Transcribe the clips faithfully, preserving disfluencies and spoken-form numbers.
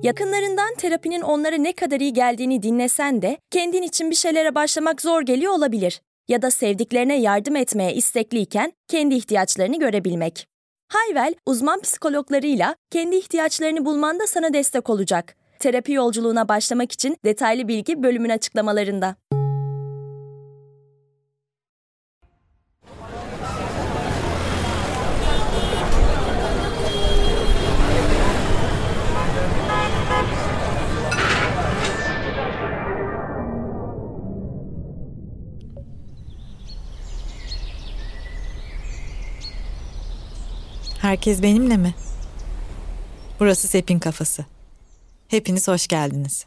Yakınlarından terapinin onlara ne kadar iyi geldiğini dinlesen de kendin için bir şeylere başlamak zor geliyor olabilir. Ya da sevdiklerine yardım etmeye istekliyken kendi ihtiyaçlarını görebilmek. Hayvel, uzman psikologlarıyla kendi ihtiyaçlarını bulmanda sana destek olacak. Terapi yolculuğuna başlamak için detaylı bilgi bölümün açıklamalarında. Herkes benimle mi? Burası Sepin Kafası. Hepiniz hoş geldiniz.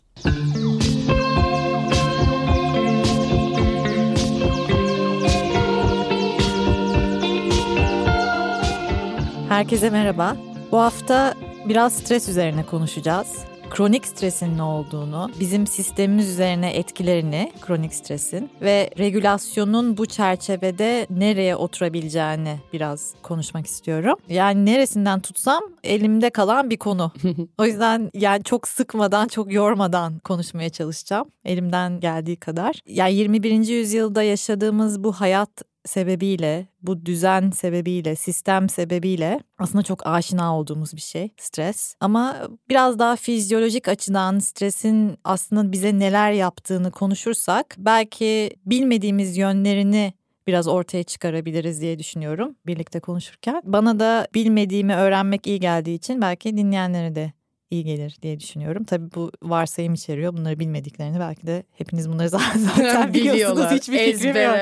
Herkese merhaba. Bu hafta biraz stres üzerine konuşacağız. Kronik stresin ne olduğunu, bizim sistemimiz üzerine etkilerini, kronik stresin ve regülasyonun bu çerçevede nereye oturabileceğini biraz konuşmak istiyorum. Yani neresinden tutsam elimde kalan bir konu. O yüzden yani çok sıkmadan, çok yormadan konuşmaya çalışacağım. Elimden geldiği kadar. Yani yirmi birinci yüzyılda yaşadığımız bu hayat sebebiyle, bu düzen sebebiyle, sistem sebebiyle aslında çok aşina olduğumuz bir şey stres. Ama biraz daha fizyolojik açıdan stresin aslında bize neler yaptığını konuşursak belki bilmediğimiz yönlerini biraz ortaya çıkarabiliriz diye düşünüyorum birlikte konuşurken. Bana da bilmediğimi öğrenmek iyi geldiği için belki dinleyenlere de iyi gelir diye düşünüyorum. Tabii bu varsayım içeriyor. Bunları bilmediklerini belki de hepiniz bunları zaten biliyorsunuz. Hiçbir fikrim yok.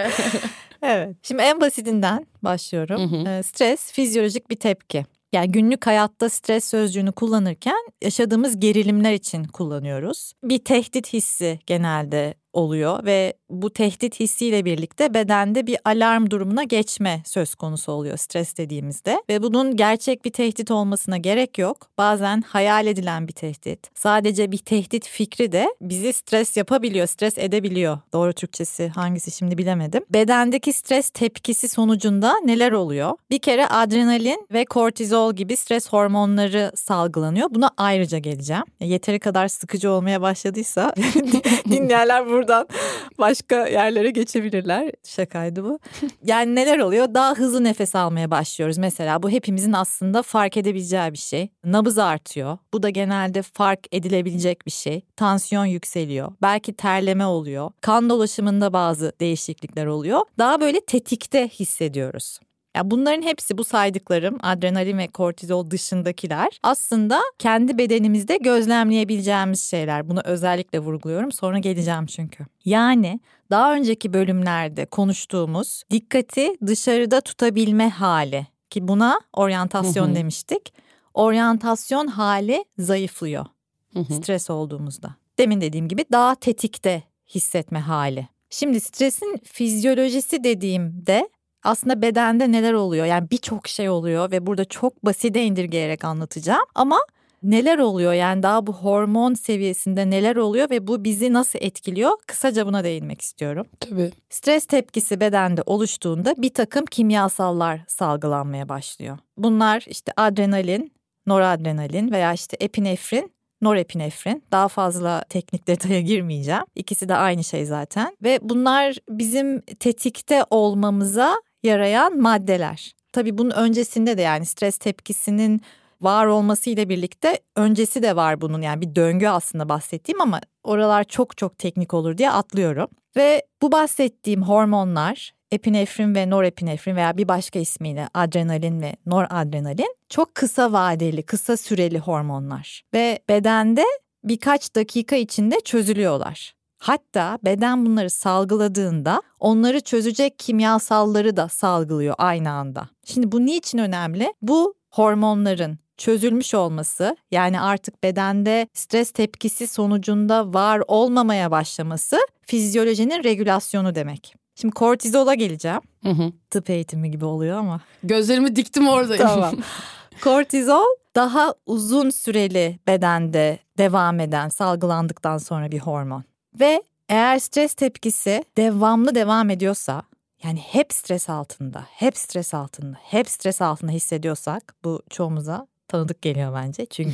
Evet. Şimdi en basitinden başlıyorum. Hı hı. Stres fizyolojik bir tepki. Yani günlük hayatta stres sözcüğünü kullanırken yaşadığımız gerilimler için kullanıyoruz. Bir tehdit hissi genelde oluyor ve bu tehdit hissiyle birlikte bedende bir alarm durumuna geçme söz konusu oluyor stres dediğimizde. Ve bunun gerçek bir tehdit olmasına gerek yok. Bazen hayal edilen bir tehdit. Sadece bir tehdit fikri de bizi stres yapabiliyor, stres edebiliyor. Doğru Türkçesi hangisi şimdi bilemedim. Bedendeki stres tepkisi sonucunda neler oluyor? Bir kere adrenalin ve kortizol gibi stres hormonları salgılanıyor. Buna ayrıca geleceğim. Yeteri kadar sıkıcı olmaya başladıysa dinleyenler burada buradan başka yerlere geçebilirler. Şakaydı bu. Yani neler oluyor? Daha hızlı nefes almaya başlıyoruz. Mesela bu hepimizin aslında fark edebileceği bir şey. Nabız artıyor. Bu da genelde fark edilebilecek bir şey. Tansiyon yükseliyor. Belki terleme oluyor. Kan dolaşımında bazı değişiklikler oluyor. Daha böyle tetikte hissediyoruz. Ya bunların hepsi, bu saydıklarım, adrenalin ve kortizol dışındakiler aslında kendi bedenimizde gözlemleyebileceğimiz şeyler. Bunu özellikle vurguluyorum, sonra geleceğim çünkü. Yani daha önceki bölümlerde konuştuğumuz dikkati dışarıda tutabilme hali, ki buna oryantasyon hı hı. demiştik. Oryantasyon hali zayıflıyor hı hı. stres olduğumuzda. Demin dediğim gibi daha tetikte hissetme hali. Şimdi stresin fizyolojisi dediğimde aslında bedende neler oluyor? Yani birçok şey oluyor ve burada çok basite indirgeyerek anlatacağım. Ama neler oluyor? Yani daha bu hormon seviyesinde neler oluyor ve bu bizi nasıl etkiliyor? Kısaca buna değinmek istiyorum. Tabii. Stres tepkisi bedende oluştuğunda bir takım kimyasallar salgılanmaya başlıyor. Bunlar işte adrenalin, noradrenalin veya işte epinefrin, norepinefrin. Daha fazla teknik detaya girmeyeceğim. İkisi de aynı şey zaten. Ve bunlar bizim tetikte olmamıza yarayan maddeler. Tabii bunun öncesinde de, yani stres tepkisinin var olmasıyla birlikte öncesi de var bunun. Yani bir döngü aslında bahsettiğim, ama oralar çok çok teknik olur diye atlıyorum. Ve bu bahsettiğim hormonlar, epinefrin ve norepinefrin veya bir başka ismiyle adrenalin ve noradrenalin, çok kısa vadeli, kısa süreli hormonlar. Ve bedende birkaç dakika içinde çözülüyorlar. Hatta beden bunları salgıladığında onları çözecek kimyasalları da salgılıyor aynı anda. Şimdi bu niçin önemli? Bu hormonların çözülmüş olması, yani artık bedende stres tepkisi sonucunda var olmamaya başlaması fizyolojinin regülasyonu demek. Şimdi kortizola geleceğim. Hı hı. Tıp eğitimi gibi oluyor ama. Gözlerimi diktim oradayım. Tamam. Kortizol daha uzun süreli bedende devam eden, salgılandıktan sonra bir hormon. Ve eğer stres tepkisi devamlı devam ediyorsa, yani hep stres altında, hep stres altında, hep stres altında hissediyorsak, bu çoğumuza tanıdık geliyor bence. Çünkü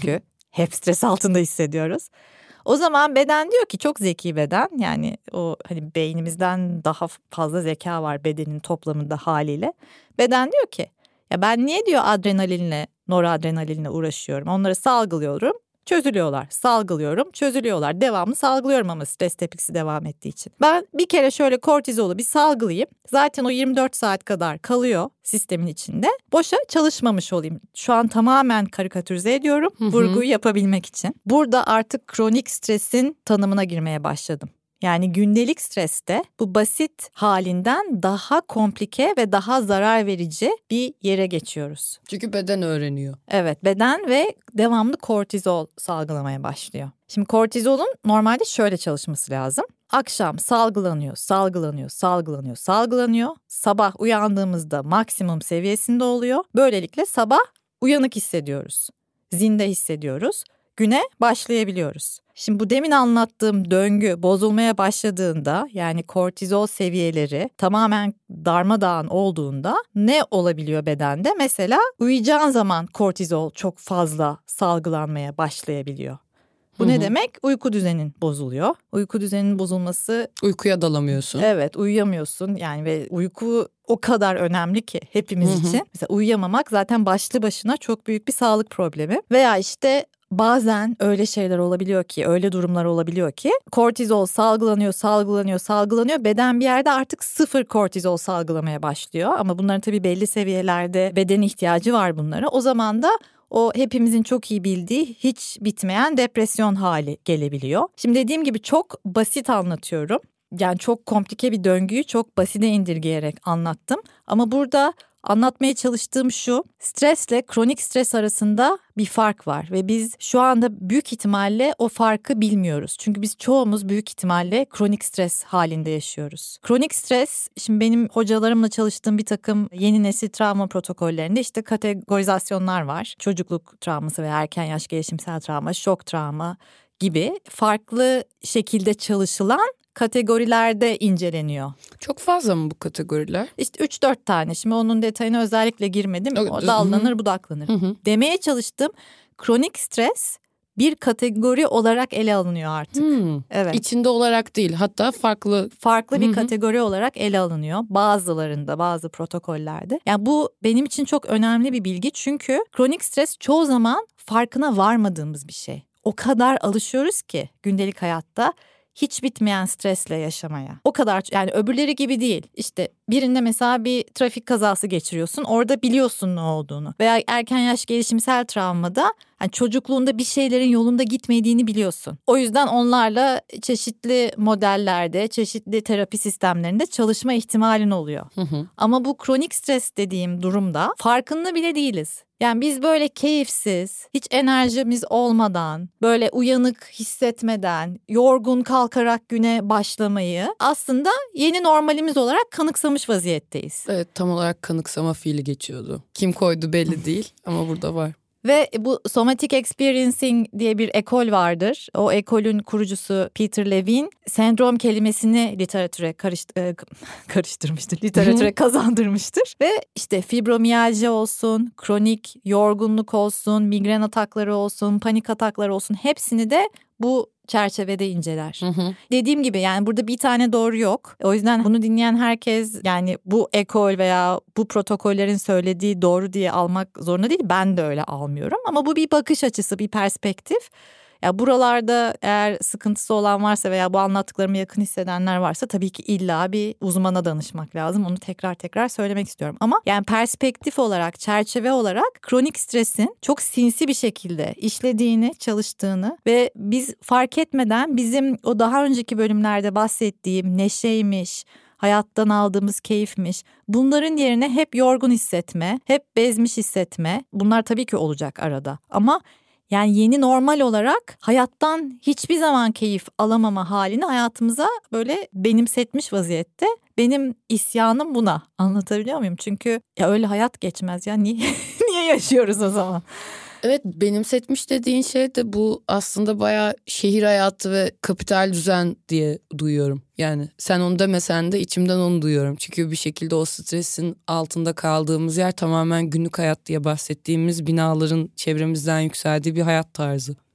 hep stres altında hissediyoruz. O zaman beden diyor ki, çok zeki beden, yani o hani beynimizden daha fazla zeka var bedenin toplamında haliyle. Beden diyor ki ya ben niye diyor adrenalinle, noradrenalinle uğraşıyorum, onları salgılıyorum, çözülüyorlar, salgılıyorum, çözülüyorlar, devamlı salgılıyorum ama stres tepkisi devam ettiği için. Ben bir kere şöyle kortizolu bir salgılayayım, zaten o yirmi dört saat kadar kalıyor sistemin içinde, boşa çalışmamış olayım. Şu an tamamen karikatürize ediyorum, hı hı. vurguyu yapabilmek için. Burada artık kronik stresin tanımına girmeye başladım. Yani gündelik streste bu basit halinden daha komplike ve daha zarar verici bir yere geçiyoruz. Çünkü beden öğreniyor. Evet, beden ve devamlı kortizol salgılamaya başlıyor. Şimdi kortizolun normalde şöyle çalışması lazım. Akşam salgılanıyor, salgılanıyor, salgılanıyor, salgılanıyor. Sabah uyandığımızda maksimum seviyesinde oluyor. Böylelikle sabah uyanık hissediyoruz, zinde hissediyoruz. Güne başlayabiliyoruz. Şimdi bu demin anlattığım döngü bozulmaya başladığında, yani kortizol seviyeleri tamamen darmadağın olduğunda ne olabiliyor bedende? Mesela uyuyacağın zaman kortizol çok fazla salgılanmaya başlayabiliyor. Bu hı hı. ne demek? Uyku düzenin bozuluyor. Uyku düzeninin bozulması... Uykuya dalamıyorsun. Evet, uyuyamıyorsun yani ve uyku o kadar önemli ki hepimiz hı hı. için. Mesela uyuyamamak zaten başlı başına çok büyük bir sağlık problemi. Veya işte... Bazen öyle şeyler olabiliyor ki, öyle durumlar olabiliyor ki kortizol salgılanıyor, salgılanıyor, salgılanıyor. Beden bir yerde artık sıfır kortizol salgılamaya başlıyor. Ama bunların tabii belli seviyelerde beden ihtiyacı var bunlara. O zaman da o hepimizin çok iyi bildiği hiç bitmeyen depresyon hali gelebiliyor. Şimdi dediğim gibi çok basit anlatıyorum. Yani çok komplike bir döngüyü çok basite indirgeyerek anlattım. Ama burada... Anlatmaya çalıştığım şu, stresle kronik stres arasında bir fark var ve biz şu anda büyük ihtimalle o farkı bilmiyoruz. Çünkü biz çoğumuz büyük ihtimalle kronik stres halinde yaşıyoruz. Kronik stres, şimdi benim hocalarımla çalıştığım bir takım yeni nesil travma protokollerinde işte kategorizasyonlar var. Çocukluk travması ve erken yaş gelişimsel travma, şok travma gibi farklı şekilde çalışılan kategorilerde inceleniyor. Çok fazla mı bu kategoriler? İşte üç dört tane. Şimdi onun detayına özellikle girmedim. O dallanır budaklanır. Hı hı. Demeye çalıştım. Kronik stres bir kategori olarak ele alınıyor artık. Hmm. Evet. İçinde olarak değil, hatta farklı. Farklı bir hı hı. kategori olarak ele alınıyor. Bazılarında, bazı protokollerde. Yani bu benim için çok önemli bir bilgi. Çünkü kronik stres çoğu zaman farkına varmadığımız bir şey. O kadar alışıyoruz ki gündelik hayatta hiç bitmeyen stresle yaşamaya. O kadar, yani öbürleri gibi değil. İşte birinde mesela bir trafik kazası geçiriyorsun. Orada biliyorsun ne olduğunu. Veya erken yaş gelişimsel travmada yani çocukluğunda bir şeylerin yolunda gitmediğini biliyorsun. O yüzden onlarla çeşitli modellerde, çeşitli terapi sistemlerinde çalışma ihtimalin oluyor. Hı hı. Ama bu kronik stres dediğim durumda farkında bile değiliz. Yani biz böyle keyifsiz, hiç enerjimiz olmadan, böyle uyanık hissetmeden, yorgun kalkarak güne başlamayı aslında yeni normalimiz olarak kanıksamış vaziyetteyiz. Evet, tam olarak kanıksama fiili geçiyordu. Kim koydu belli değil ama burada var. Ve bu somatic experiencing diye bir ekol vardır. O ekolün kurucusu Peter Levine sendrom kelimesini literatüre karışt e, karıştırmıştır. Literatüre kazandırmıştır. Ve işte fibromiyalji olsun, kronik yorgunluk olsun, migren atakları olsun, panik atakları olsun, hepsini de bu çerçevede inceler. Hı hı. Dediğim gibi yani burada bir tane doğru yok. O yüzden bunu dinleyen herkes yani bu ekol veya bu protokollerin söylediği doğru diye almak zorunda değil. Ben de öyle almıyorum ama bu bir bakış açısı, bir perspektif. Ya buralarda eğer sıkıntısı olan varsa veya bu anlattıklarıma yakın hissedenler varsa tabii ki illa bir uzmana danışmak lazım. Onu tekrar tekrar söylemek istiyorum. Ama yani perspektif olarak, çerçeve olarak kronik stresin çok sinsi bir şekilde işlediğini, çalıştığını ve biz fark etmeden bizim o daha önceki bölümlerde bahsettiğim neşeymiş, hayattan aldığımız keyifmiş, bunların yerine hep yorgun hissetme, hep bezmiş hissetme, bunlar tabii ki olacak arada ama yani yeni normal olarak hayattan hiçbir zaman keyif alamama halini hayatımıza böyle benimsetmiş vaziyette. Benim isyanım buna. Anlatabiliyor muyum? Çünkü ya öyle hayat geçmez ya. Niye, niye yaşıyoruz o zaman? Evet, benimsetmiş dediğin şey de bu aslında bayağı şehir hayatı ve kapital düzen diye duyuyorum. Yani sen onu demesen de içimden onu duyuyorum. Çünkü bir şekilde o stresin altında kaldığımız yer tamamen günlük hayat diye bahsettiğimiz binaların çevremizden yükseldiği bir hayat tarzı.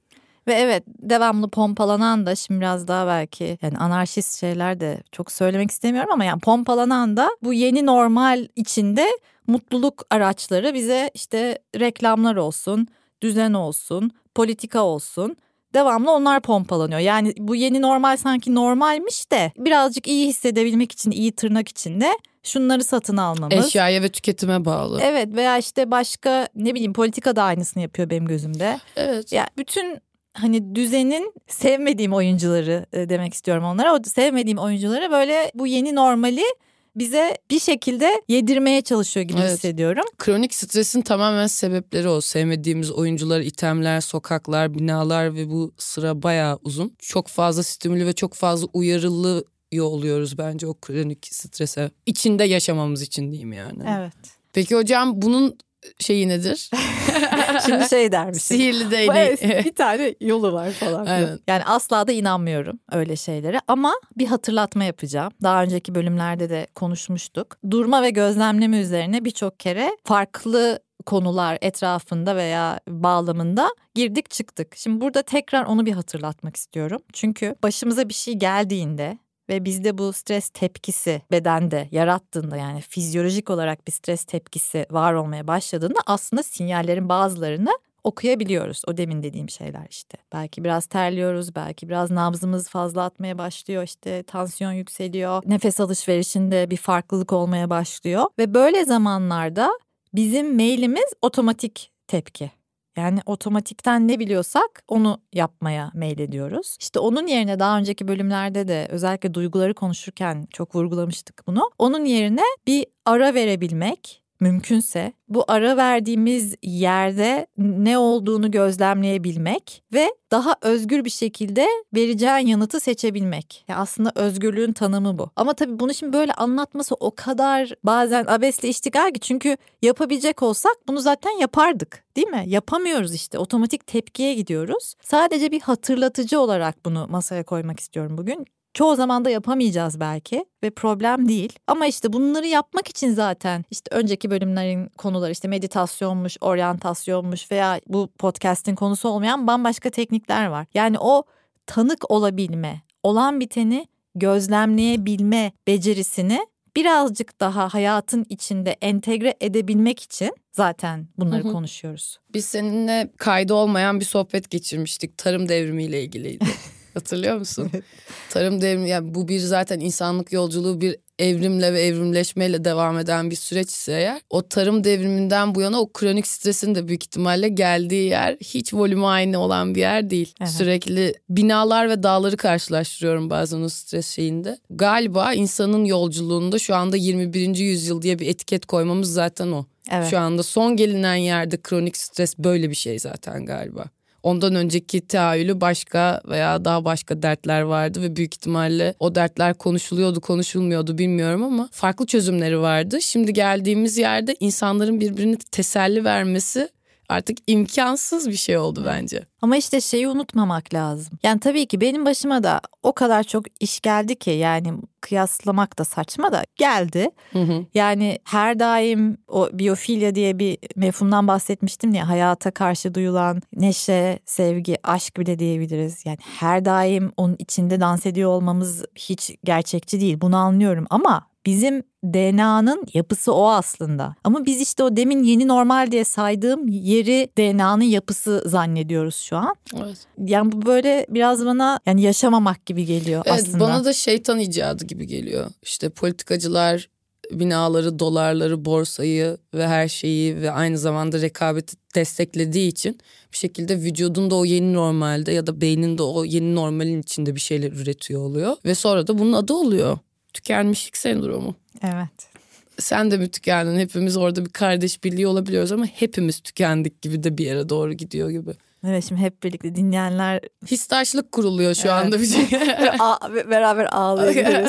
Ve evet, devamlı pompalanan da şimdi biraz daha belki yani anarşist şeyler de çok söylemek istemiyorum ama yani pompalanan da bu yeni normal içinde mutluluk araçları bize işte reklamlar olsun, düzen olsun, politika olsun. Devamlı onlar pompalanıyor. Yani bu yeni normal sanki normalmiş de birazcık iyi hissedebilmek için, iyi tırnak içinde şunları satın almamız. Eşyaya ve tüketime bağlı. Evet, veya işte başka ne bileyim politika da aynısını yapıyor benim gözümde. Evet. Ya bütün hani düzenin sevmediğim oyuncuları demek istiyorum onlara. O sevmediğim oyuncuları böyle bu yeni normali bize bir şekilde yedirmeye çalışıyor gibi evet. hissediyorum. Kronik stresin tamamen sebepleri o. Sevmediğimiz oyuncular, itemler, sokaklar, binalar ve bu sıra bayağı uzun. Çok fazla stimülü ve çok fazla uyarılı oluyoruz bence o kronik strese. İçinde yaşamamız için diyeyim yani. Evet. Peki hocam bunun şeyi nedir? Şimdi şey dermişim. Sihirli değneği. Bir tane yolu var falan. Evet. Yani asla da inanmıyorum öyle şeylere ama bir hatırlatma yapacağım. Daha önceki bölümlerde de konuşmuştuk. Durma ve gözlemleme üzerine birçok kere farklı konular etrafında veya bağlamında girdik çıktık. Şimdi burada tekrar onu bir hatırlatmak istiyorum. Çünkü başımıza bir şey geldiğinde ve bizde bu stres tepkisi bedende yarattığında, yani fizyolojik olarak bir stres tepkisi var olmaya başladığında aslında sinyallerin bazılarını okuyabiliyoruz. O demin dediğim şeyler işte. Belki biraz terliyoruz, belki biraz nabzımız fazla atmaya başlıyor, işte tansiyon yükseliyor, nefes alışverişinde bir farklılık olmaya başlıyor. Ve böyle zamanlarda bizim meylimiz otomatik tepki. Yani otomatikten ne biliyorsak onu yapmaya meylediyoruz. İşte onun yerine daha önceki bölümlerde de özellikle duyguları konuşurken çok vurgulamıştık bunu. Onun yerine bir ara verebilmek, mümkünse bu ara verdiğimiz yerde ne olduğunu gözlemleyebilmek ve daha özgür bir şekilde vereceğin yanıtı seçebilmek. Ya aslında özgürlüğün tanımı bu. Ama tabii bunu şimdi böyle anlatması o kadar bazen abesle iştigal ki, çünkü yapabilecek olsak bunu zaten yapardık, değil mi? Yapamıyoruz işte, otomatik tepkiye gidiyoruz. Sadece bir hatırlatıcı olarak bunu masaya koymak istiyorum bugün. Çoğu zaman da yapamayacağız belki ve problem değil. Ama işte bunları yapmak için zaten işte önceki bölümlerin konuları işte meditasyonmuş, oryantasyonmuş veya bu podcast'in konusu olmayan bambaşka teknikler var. Yani o tanık olabilme, olan biteni gözlemleyebilme becerisini birazcık daha hayatın içinde entegre edebilmek için zaten bunları hı hı. konuşuyoruz. Biz seninle kaydı olmayan bir sohbet geçirmiştik. Tarım devrimiyle ilgiliydi. Hatırlıyor musun? Tarım devrimi, yani bu bir zaten insanlık yolculuğu bir evrimle ve evrimleşmeyle devam eden bir süreç ise eğer, o tarım devriminden bu yana o kronik stresin de büyük ihtimalle geldiği yer hiç volümü aynı olan bir yer değil. Evet. Sürekli binalar ve dağları karşılaştırıyorum bazen o stres şeyinde. Galiba insanın yolculuğunda şu anda yirmi birinci yüzyıl diye bir etiket koymamız zaten o. Evet. Şu anda son gelinen yerde kronik stres böyle bir şey zaten galiba. Ondan önceki teayülü başka veya daha başka dertler vardı ve büyük ihtimalle o dertler konuşuluyordu, konuşulmuyordu bilmiyorum ama farklı çözümleri vardı. Şimdi geldiğimiz yerde insanların birbirini teselli vermesi artık imkansız bir şey oldu bence. Ama işte şeyi unutmamak lazım. Yani tabii ki benim başıma da o kadar çok iş geldi ki, yani kıyaslamak da saçma da geldi. Hı hı. Yani her daim o biyofilya diye bir mefhumdan bahsetmiştim ya, hayata karşı duyulan neşe, sevgi, aşk bile diyebiliriz. Yani her daim onun içinde dans ediyor olmamız hiç gerçekçi değil, bunu anlıyorum ama bizim D N A'nın yapısı o aslında. Ama biz işte o demin yeni normal diye saydığım yeri D N A'nın yapısı zannediyoruz şu an. Evet. Yani bu böyle biraz bana yani yaşamamak gibi geliyor evet, aslında. Bana da şeytan icadı gibi geliyor. İşte politikacılar binaları, dolarları, borsayı ve her şeyi ve aynı zamanda rekabeti desteklediği için bir şekilde vücudunda o yeni normalde ya da beyninde o yeni normalin içinde bir şeyler üretiyor oluyor. Ve sonra da bunun adı oluyor. Tükenmişlik sendromu. Evet. Sen de mi tükendin? Hepimiz orada bir kardeş birliği olabiliyoruz ama hepimiz tükendik gibi de bir yere doğru gidiyor gibi. Evet, şimdi hep birlikte dinleyenler... Histaşlık kuruluyor şu evet. anda bir şey. Beraber ağlayabiliriz.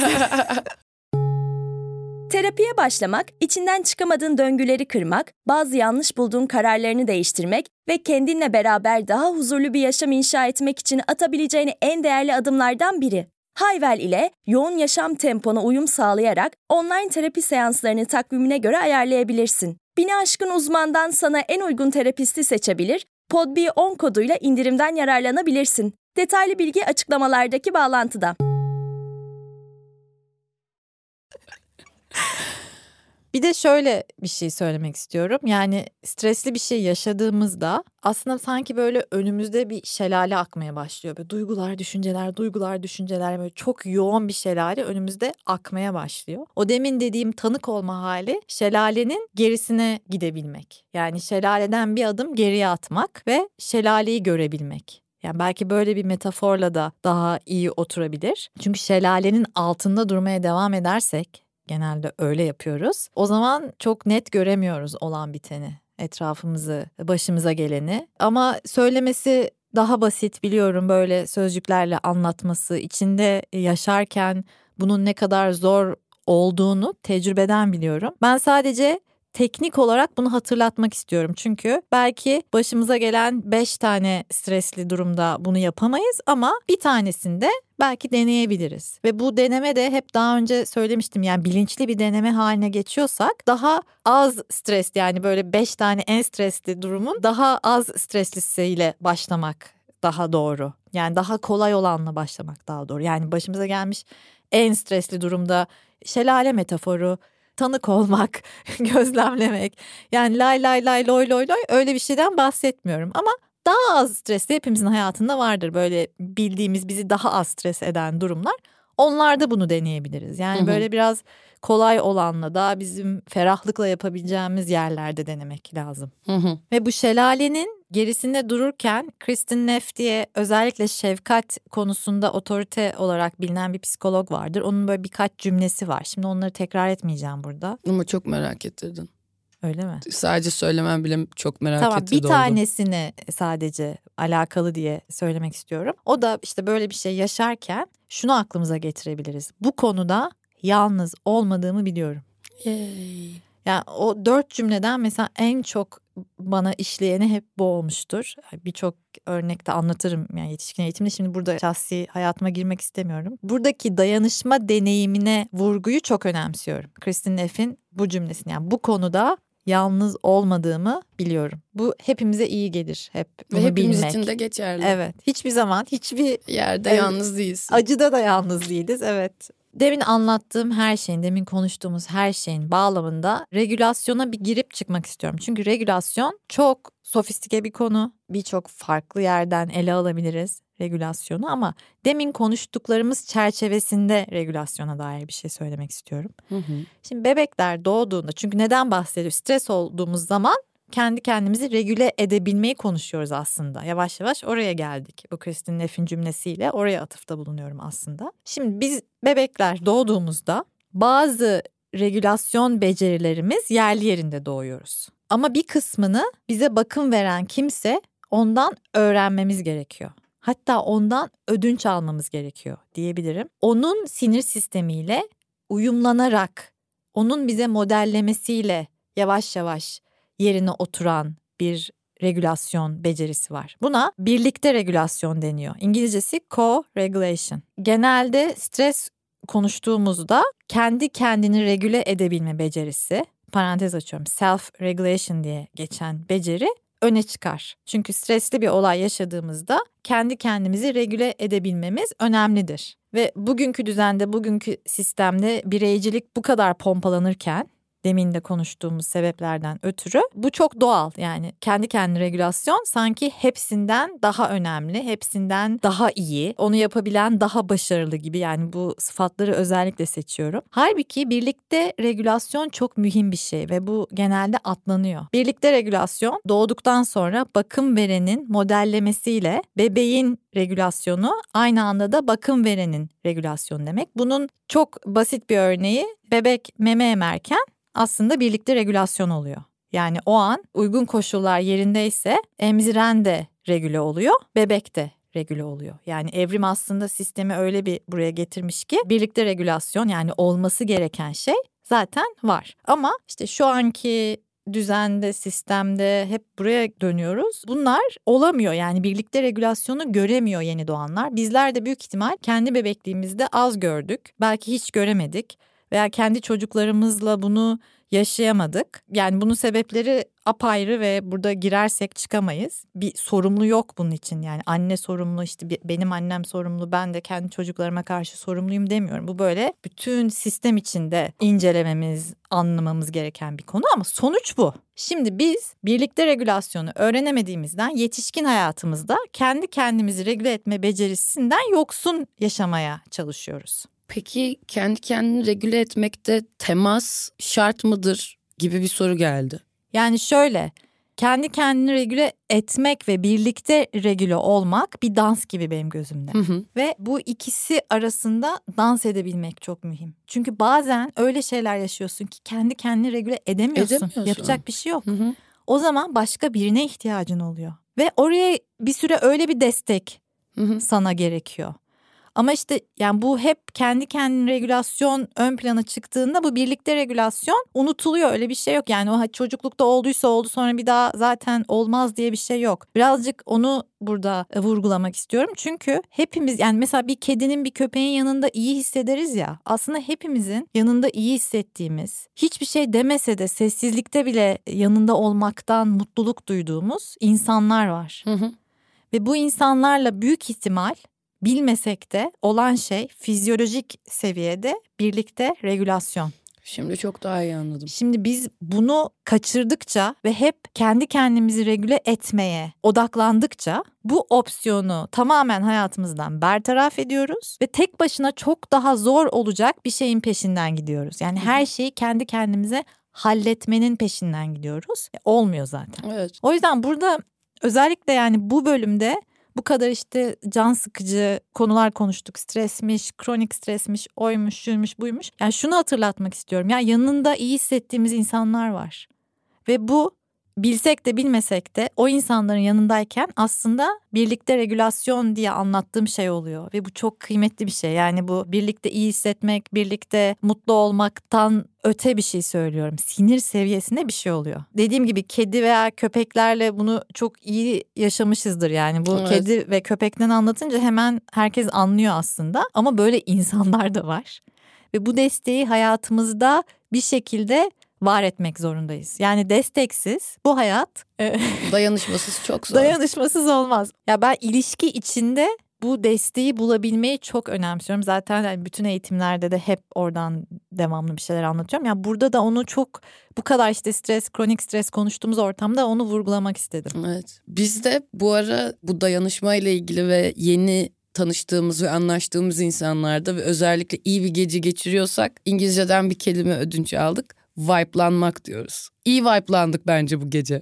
Terapiye başlamak, içinden çıkamadığın döngüleri kırmak, bazı yanlış bulduğun kararlarını değiştirmek ve kendinle beraber daha huzurlu bir yaşam inşa etmek için atabileceğin en değerli adımlardan biri. Hayvel ile yoğun yaşam tempona uyum sağlayarak online terapi seanslarını takvimine göre ayarlayabilirsin. Bini aşkın uzmandan sana en uygun terapisti seçebilir, Pod B on koduyla indirimden yararlanabilirsin. Detaylı bilgi açıklamalardaki bağlantıda. Bir de şöyle bir şey söylemek istiyorum. Yani stresli bir şey yaşadığımızda aslında sanki böyle önümüzde bir şelale akmaya başlıyor. Böyle duygular, düşünceler, duygular, düşünceler böyle çok yoğun bir şelale önümüzde akmaya başlıyor. O demin dediğim tanık olma hali şelalenin gerisine gidebilmek. Yani şelaleden bir adım geriye atmak ve şelaleyi görebilmek. Yani belki böyle bir metaforla da daha iyi oturabilir. Çünkü şelalenin altında durmaya devam edersek, genelde öyle yapıyoruz, o zaman çok net göremiyoruz olan biteni, etrafımızı, başımıza geleni. Ama söylemesi daha basit, biliyorum, böyle sözcüklerle anlatması, içinde yaşarken bunun ne kadar zor olduğunu tecrübeden biliyorum. Ben sadece teknik olarak bunu hatırlatmak istiyorum. Çünkü belki başımıza gelen beş tane stresli durumda bunu yapamayız ama bir tanesinde belki deneyebiliriz. Ve bu deneme de hep daha önce söylemiştim, yani bilinçli bir deneme haline geçiyorsak daha az stresli, yani böyle beş tane en stresli durumun daha az streslisiyle başlamak daha doğru. Yani daha kolay olanla başlamak daha doğru. Yani başımıza gelmiş en stresli durumda şelale metaforu, tanık olmak, gözlemlemek, yani lay lay lay loy loy loy, öyle bir şeyden bahsetmiyorum. Ama daha az stresli hepimizin hayatında vardır böyle bildiğimiz, bizi daha az stres eden durumlar. Onlarda bunu deneyebiliriz. Yani hı hı. Böyle biraz kolay olanla, daha bizim ferahlıkla yapabileceğimiz yerlerde denemek lazım. Hı hı. Ve bu şelalenin gerisinde dururken Kristin Neff diye özellikle şefkat konusunda otorite olarak bilinen bir psikolog vardır. Onun böyle birkaç cümlesi var. Şimdi onları tekrar etmeyeceğim burada. Ama çok merak ettirdin. Öyle mi? Sadece söylemem bile çok merak tamam, ettirdi. Tamam, bir tanesini oldu. Sadece alakalı diye söylemek istiyorum. O da işte böyle bir şey yaşarken şunu aklımıza getirebiliriz. Bu konuda yalnız olmadığımı biliyorum. Yay. Yani o dört cümleden mesela en çok bana işleyeni hep bu olmuştur. Birçok örnekte anlatırım yani yetişkin eğitimde. Şimdi burada şahsi hayatıma girmek istemiyorum. Buradaki dayanışma deneyimine vurguyu çok önemsiyorum. Kristin Neff'in bu cümlesini, yani bu konuda yalnız olmadığımı biliyorum. Bu hepimize iyi gelir. Hep bunu ve hepimiz bilmek. için de geçerli. Evet. Hiçbir zaman hiçbir yerde evet, yalnız değilsin. Acıda da yalnız değiliz. Evet. Demin anlattığım her şeyin, demin konuştuğumuz her şeyin bağlamında regülasyona bir girip çıkmak istiyorum. Çünkü regülasyon çok sofistike bir konu. Birçok farklı yerden ele alabiliriz regülasyonu ama demin konuştuklarımız çerçevesinde regülasyona dair bir şey söylemek istiyorum. Hı hı. Şimdi bebekler doğduğunda, çünkü neden bahsediyoruz? Stres olduğumuz zaman kendi kendimizi regüle edebilmeyi konuşuyoruz aslında. Yavaş yavaş oraya geldik. Bu Kristin Neff'in cümlesiyle oraya atıfta bulunuyorum aslında. Şimdi biz bebekler doğduğumuzda bazı regülasyon becerilerimiz yerli yerinde doğuyoruz. Ama bir kısmını bize bakım veren kimse, ondan öğrenmemiz gerekiyor. Hatta ondan ödünç almamız gerekiyor diyebilirim. Onun sinir sistemiyle uyumlanarak, onun bize modellemesiyle yavaş yavaş yerine oturan bir regülasyon becerisi var. Buna birlikte regülasyon deniyor. İngilizcesi co-regulation. Genelde stres konuştuğumuzda kendi kendini regüle edebilme becerisi, parantez açıyorum, self-regulation diye geçen beceri öne çıkar. Çünkü stresli bir olay yaşadığımızda kendi kendimizi regüle edebilmemiz önemlidir. Ve bugünkü düzende, bugünkü sistemde bireycilik bu kadar pompalanırken, demin de konuştuğumuz sebeplerden ötürü bu çok doğal. Yani kendi kendine regülasyon sanki hepsinden daha önemli, hepsinden daha iyi, onu yapabilen daha başarılı gibi. Yani bu sıfatları özellikle seçiyorum. Halbuki birlikte regülasyon çok mühim bir şey ve bu genelde atlanıyor. Birlikte regülasyon doğduktan sonra bakım verenin modellemesiyle bebeğin regülasyonu, aynı anda da bakım verenin regülasyonu demek. Bunun çok basit bir örneği, bebek meme emerken aslında birlikte regülasyon oluyor. Yani o an uygun koşullar yerindeyse emziren de regüle oluyor, bebek de regüle oluyor. Yani evrim aslında sistemi öyle bir buraya getirmiş ki birlikte regülasyon, yani olması gereken şey zaten var. Ama işte şu anki düzende, sistemde hep buraya dönüyoruz. Bunlar olamıyor, yani birlikte regülasyonu göremiyor yeni doğanlar. Bizler de büyük ihtimal kendi bebekliğimizde az gördük, belki hiç göremedik. Veya kendi çocuklarımızla bunu yaşayamadık. Yani bunun sebepleri apayrı ve burada girersek çıkamayız. Bir sorumlu yok bunun için. Yani anne sorumlu, işte benim annem sorumlu, ben de kendi çocuklarıma karşı sorumluyum demiyorum. Bu böyle bütün sistem içinde incelememiz, anlamamız gereken bir konu ama sonuç bu. Şimdi biz birlikte regülasyonu öğrenemediğimizden yetişkin hayatımızda kendi kendimizi regüle etme becerisinden yoksun yaşamaya çalışıyoruz. Peki kendi kendini regüle etmekte temas şart mıdır gibi bir soru geldi. Yani şöyle, kendi kendini regüle etmek ve birlikte regüle olmak bir dans gibi benim gözümde. Hı hı. Ve bu ikisi arasında dans edebilmek çok mühim. Çünkü bazen öyle şeyler yaşıyorsun ki kendi kendini regüle edemiyorsun. Edemiyorsun. Yapacak bir şey yok. Hı hı. O zaman başka birine ihtiyacın oluyor. Ve oraya bir süre öyle bir destek Hı hı. sana gerekiyor. Ama işte yani bu hep kendi kendine regülasyon ön plana çıktığında bu birlikte regülasyon unutuluyor. Öyle bir şey yok. Yani o çocuklukta olduysa oldu, sonra bir daha zaten olmaz diye bir şey yok. Birazcık onu burada vurgulamak istiyorum. Çünkü hepimiz, yani mesela bir kedinin bir köpeğin yanında iyi hissederiz ya. Aslında hepimizin yanında iyi hissettiğimiz, hiçbir şey demese de sessizlikte bile yanında olmaktan mutluluk duyduğumuz insanlar var. Hı hı. Ve bu insanlarla büyük ihtimal bilmesek de olan şey fizyolojik seviyede birlikte regülasyon. Şimdi çok daha iyi anladım. Şimdi biz bunu kaçırdıkça ve hep kendi kendimizi regüle etmeye odaklandıkça bu opsiyonu tamamen hayatımızdan bertaraf ediyoruz ve tek başına çok daha zor olacak bir şeyin peşinden gidiyoruz. Yani her şeyi kendi kendimize halletmenin peşinden gidiyoruz. Olmuyor zaten. Evet. O yüzden burada özellikle yani bu bölümde bu kadar işte can sıkıcı konular konuştuk. Stresmiş, kronik stresmiş, oymuş, şuymuş, buymuş. Yani şunu hatırlatmak istiyorum. Ya yanında iyi hissettiğimiz insanlar var. Ve bu bilsek de bilmesek de o insanların yanındayken aslında birlikte regülasyon diye anlattığım şey oluyor. Ve bu çok kıymetli bir şey. Yani bu birlikte iyi hissetmek, birlikte mutlu olmaktan öte bir şey söylüyorum. Sinir seviyesinde bir şey oluyor. Dediğim gibi kedi veya köpeklerle bunu çok iyi yaşamışızdır yani. Bu evet. Kedi ve köpekten anlatınca hemen herkes anlıyor aslında. Ama böyle insanlar da var. Ve bu desteği hayatımızda bir şekilde var etmek zorundayız. Yani desteksiz bu hayat dayanışmasız çok zor. Dayanışmasız olmaz. Ya ben ilişki içinde bu desteği bulabilmeyi çok önemsiyorum. Zaten yani bütün eğitimlerde de hep oradan devamlı bir şeyler anlatıyorum. Ya burada da onu çok, bu kadar işte stres, kronik stres konuştuğumuz ortamda onu vurgulamak istedim. Evet. Biz de bu ara bu dayanışma ile ilgili ve yeni tanıştığımız ve anlaştığımız insanlarda ve özellikle iyi bir gece geçiriyorsak İngilizceden bir kelime ödünç aldık. Vibe'lanmak diyoruz. İyi vibe'landık bence bu gece.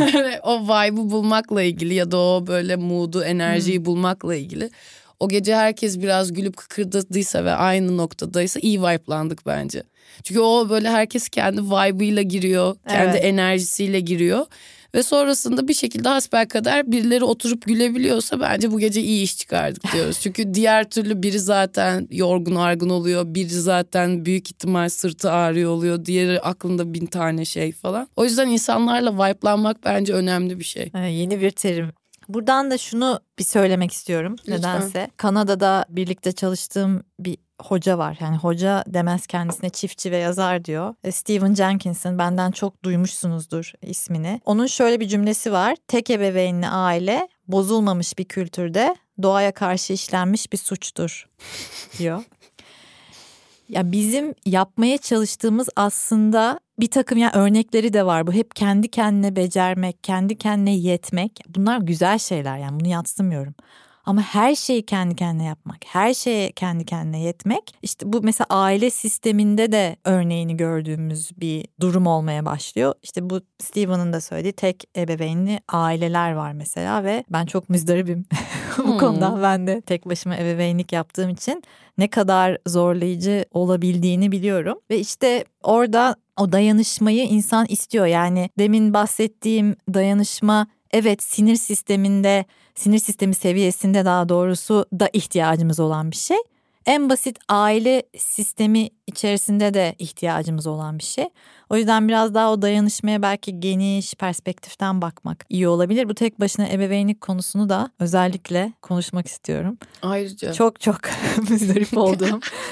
O vibe'ı bulmakla ilgili ya da o böyle mood'u, enerjiyi hmm. bulmakla ilgili. O gece herkes biraz gülüp kıkırdadıysa ve aynı noktadaysa iyi vibe'landık bence. Çünkü o böyle herkes kendi vibe'ıyla giriyor, kendi evet. enerjisiyle giriyor. Ve sonrasında bir şekilde hasbelkader birileri oturup gülebiliyorsa bence bu gece iyi iş çıkardık diyoruz. Çünkü diğer türlü biri zaten yorgun argın oluyor. Biri zaten büyük ihtimal sırtı ağrıyor oluyor. Diğeri aklında bin tane şey falan. O yüzden insanlarla vibe'lanmak bence önemli bir şey. Ha, yeni bir terim. Buradan da şunu bir söylemek istiyorum. Lütfen. Nedense. Kanada'da birlikte çalıştığım bir hoca var. Yani hoca demez kendisine, çiftçi ve yazar diyor. Stephen Jenkins'in, benden çok duymuşsunuzdur ismini. Onun şöyle bir cümlesi var. Tek ebeveynli aile bozulmamış bir kültürde doğaya karşı işlenmiş bir suçtur diyor. Ya bizim yapmaya çalıştığımız aslında bir takım ya örnekleri de var. Bu hep kendi kendine becermek, kendi kendine yetmek. Bunlar güzel şeyler, yani bunu yadsımıyorum. Ama her şeyi kendi kendine yapmak, her şeye kendi kendine yetmek, işte bu mesela aile sisteminde de örneğini gördüğümüz bir durum olmaya başlıyor. İşte bu Stephen'ın da söylediği tek ebeveynli aileler var mesela ve ben çok müzdaribim bu hmm. konuda. Ben de tek başıma ebeveynlik yaptığım için ne kadar zorlayıcı olabildiğini biliyorum. Ve işte orada o dayanışmayı insan istiyor. Yani demin bahsettiğim dayanışma, evet, sinir sisteminde, sinir sistemi seviyesinde daha doğrusu da ihtiyacımız olan bir şey. En basit aile sistemi içerisinde de ihtiyacımız olan bir şey. O yüzden biraz daha o dayanışmaya belki geniş perspektiften bakmak iyi olabilir. Bu tek başına ebeveynlik konusunu da özellikle konuşmak istiyorum. Ayrıca. Çok çok müzdarip olduğum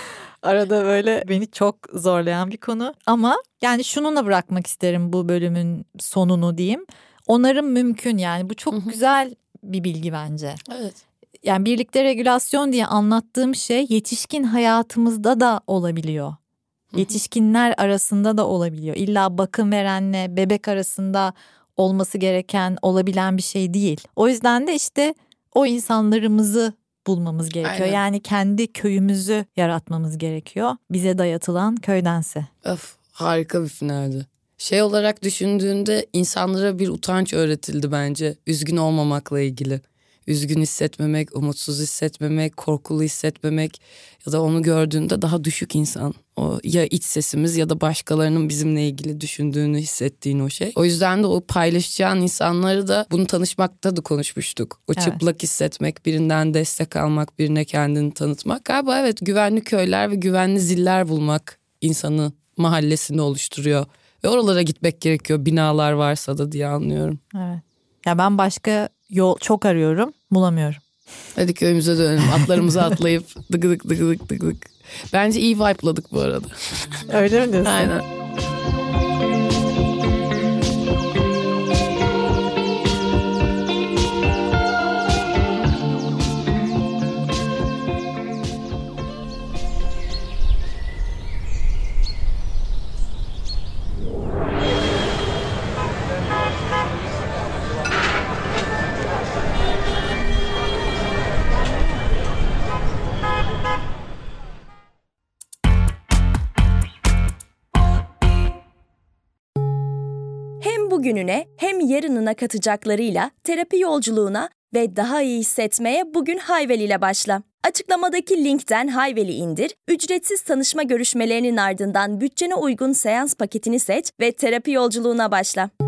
Arada böyle beni çok zorlayan bir konu. Ama yani şununla bırakmak isterim bu bölümün sonunu diyeyim. Onarım mümkün yani bu çok hı hı. güzel bir bilgi bence. Evet. Yani birlikte regülasyon diye anlattığım şey yetişkin hayatımızda da olabiliyor. Hı hı. Yetişkinler arasında da olabiliyor. İlla bakım verenle bebek arasında olması gereken, olabilen bir şey değil. O yüzden de işte o insanlarımızı bulmamız gerekiyor. Aynen. Yani kendi köyümüzü yaratmamız gerekiyor. Bize dayatılan köydense. Öf, harika bir finaldi. Şey olarak düşündüğünde insanlara bir utanç öğretildi bence. Üzgün olmamakla ilgili. Üzgün hissetmemek, umutsuz hissetmemek, korkulu hissetmemek ya da onu gördüğünde daha düşük insan. O ya iç sesimiz ya da başkalarının bizimle ilgili düşündüğünü hissettiğin o şey. O yüzden de o paylaşacağın insanları da bunu tanışmakta da konuşmuştuk. O evet. çıplak hissetmek, birinden destek almak, birine kendini tanıtmak. Galiba evet güvenli köyler ve güvenli ziller bulmak insanı mahallesini oluşturuyor. Ve oralara gitmek gerekiyor binalar varsa da diye anlıyorum. Evet. Ya ben başka yol çok arıyorum, bulamıyorum. Hadi köyümüze dönelim. Atlarımıza atlayıp dıgıdık dıgıdık dıgıdık. Bence iyi vibe'ladık bu arada. Öyle mi diyorsun? Aynen. Bugününe hem yarınına katacaklarıyla terapi yolculuğuna ve daha iyi hissetmeye bugün Hayvel ile başla. Açıklamadaki linkten Hayvel'i indir, ücretsiz tanışma görüşmelerinin ardından bütçene uygun seans paketini seç ve terapi yolculuğuna başla.